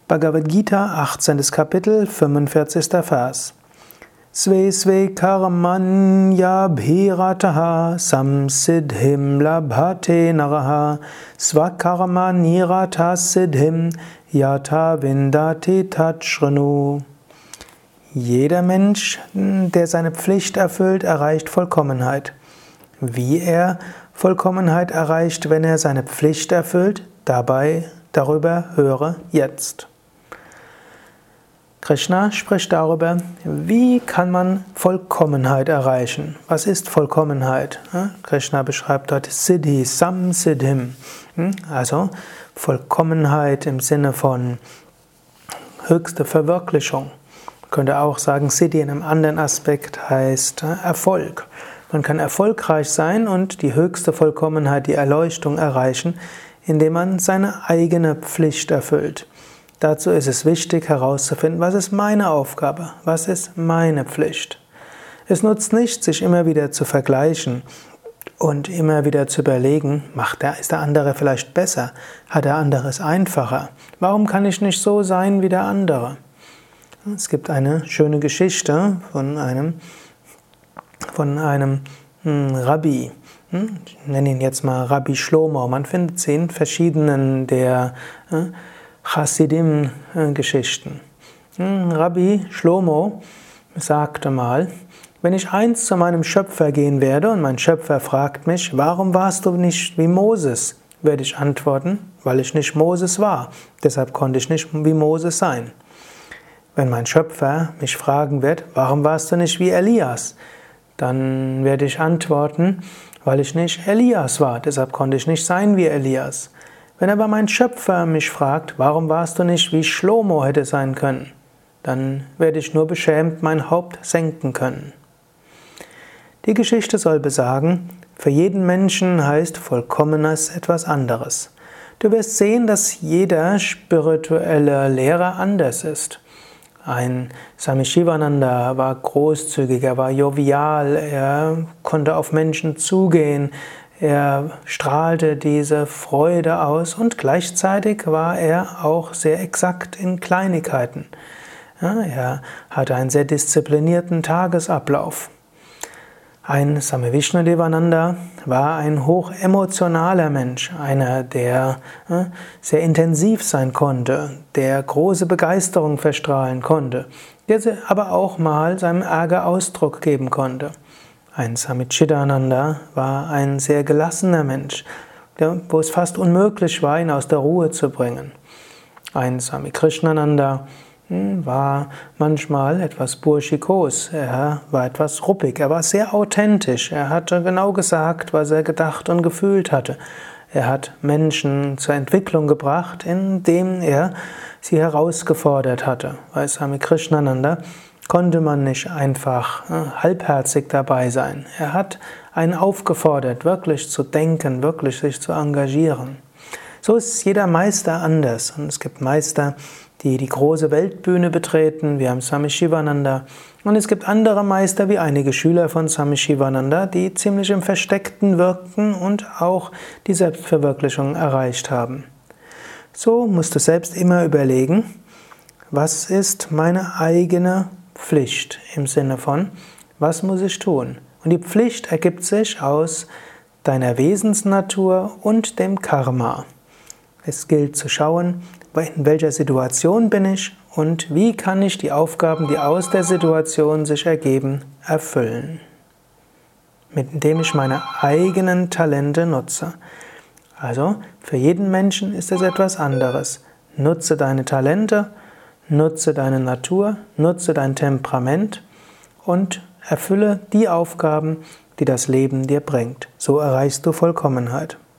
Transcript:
Bhagavad Gita, 18. Kapitel, 45. Vers. Sve sve karmanyabhirataha samsiddhim labhate naraha svakarma nirata siddhim yata vindati tachranu. Jeder Mensch, der seine Pflicht erfüllt, erreicht Vollkommenheit. Wie er Vollkommenheit erreicht, wenn er seine Pflicht erfüllt, darüber höre jetzt. Krishna spricht darüber, wie kann man Vollkommenheit erreichen? Was ist Vollkommenheit? Krishna beschreibt dort Siddhi, Samsiddhim. Also Vollkommenheit im Sinne von höchste Verwirklichung. Man könnte auch sagen, Siddhi in einem anderen Aspekt heißt Erfolg. Man kann erfolgreich sein und die höchste Vollkommenheit, die Erleuchtung erreichen, indem man seine eigene Pflicht erfüllt. Dazu ist es wichtig herauszufinden, was ist meine Aufgabe, was ist meine Pflicht. Es nutzt nicht, sich immer wieder zu vergleichen und immer wieder zu überlegen, ist der andere vielleicht besser, hat der andere es einfacher, warum kann ich nicht so sein wie der andere? Es gibt eine schöne Geschichte von einem Rabbi. Ich nenne ihn jetzt mal Rabbi Shlomo. Man findet sie in verschiedenen der Chassidim-Geschichten. Rabbi Shlomo sagte mal, wenn ich einst zu meinem Schöpfer gehen werde und mein Schöpfer fragt mich, warum warst du nicht wie Moses, werde ich antworten, weil ich nicht Moses war. Deshalb konnte ich nicht wie Moses sein. Wenn mein Schöpfer mich fragen wird, warum warst du nicht wie Elias, dann werde ich antworten, weil ich nicht Elias war, deshalb konnte ich nicht sein wie Elias. Wenn aber mein Schöpfer mich fragt, warum warst du nicht wie Shlomo hätte sein können, dann werde ich nur beschämt mein Haupt senken können. Die Geschichte soll besagen, für jeden Menschen heißt Vollkommenes etwas anderes. Du wirst sehen, dass jeder spirituelle Lehrer anders ist. Ein Swami Shivananda war großzügig, er war jovial, er konnte auf Menschen zugehen, er strahlte diese Freude aus und gleichzeitig war er auch sehr exakt in Kleinigkeiten. Er hatte einen sehr disziplinierten Tagesablauf. Ein Swami Vishnudevananda war ein hochemotionaler Mensch, einer, der sehr intensiv sein konnte, der große Begeisterung verstrahlen konnte, der aber auch mal seinem Ärger Ausdruck geben konnte. Ein Swami Chidananda war ein sehr gelassener Mensch, wo es fast unmöglich war, ihn aus der Ruhe zu bringen. Ein Swami Krishnananda war manchmal etwas burschikos, er war etwas ruppig, er war sehr authentisch, er hatte genau gesagt, was er gedacht und gefühlt hatte. Er hat Menschen zur Entwicklung gebracht, indem er sie herausgefordert hatte. Bei Swami Krishnananda konnte man nicht einfach halbherzig dabei sein. Er hat einen aufgefordert, wirklich zu denken, wirklich sich zu engagieren. So ist jeder Meister anders und es gibt Meister, die die große Weltbühne betreten, wir haben Swami Shivananda, und es gibt andere Meister, wie einige Schüler von Swami Shivananda, die ziemlich im Versteckten wirkten und auch die Selbstverwirklichung erreicht haben. So musst du selbst immer überlegen, was ist meine eigene Pflicht im Sinne von, was muss ich tun? Und die Pflicht ergibt sich aus deiner Wesensnatur und dem Karma. Es gilt zu schauen, in welcher Situation bin ich und wie kann ich die Aufgaben, die aus der Situation sich ergeben, erfüllen. Indem ich meine eigenen Talente nutze. Also für jeden Menschen ist es etwas anderes. Nutze deine Talente, nutze deine Natur, nutze dein Temperament und erfülle die Aufgaben, die das Leben dir bringt. So erreichst du Vollkommenheit.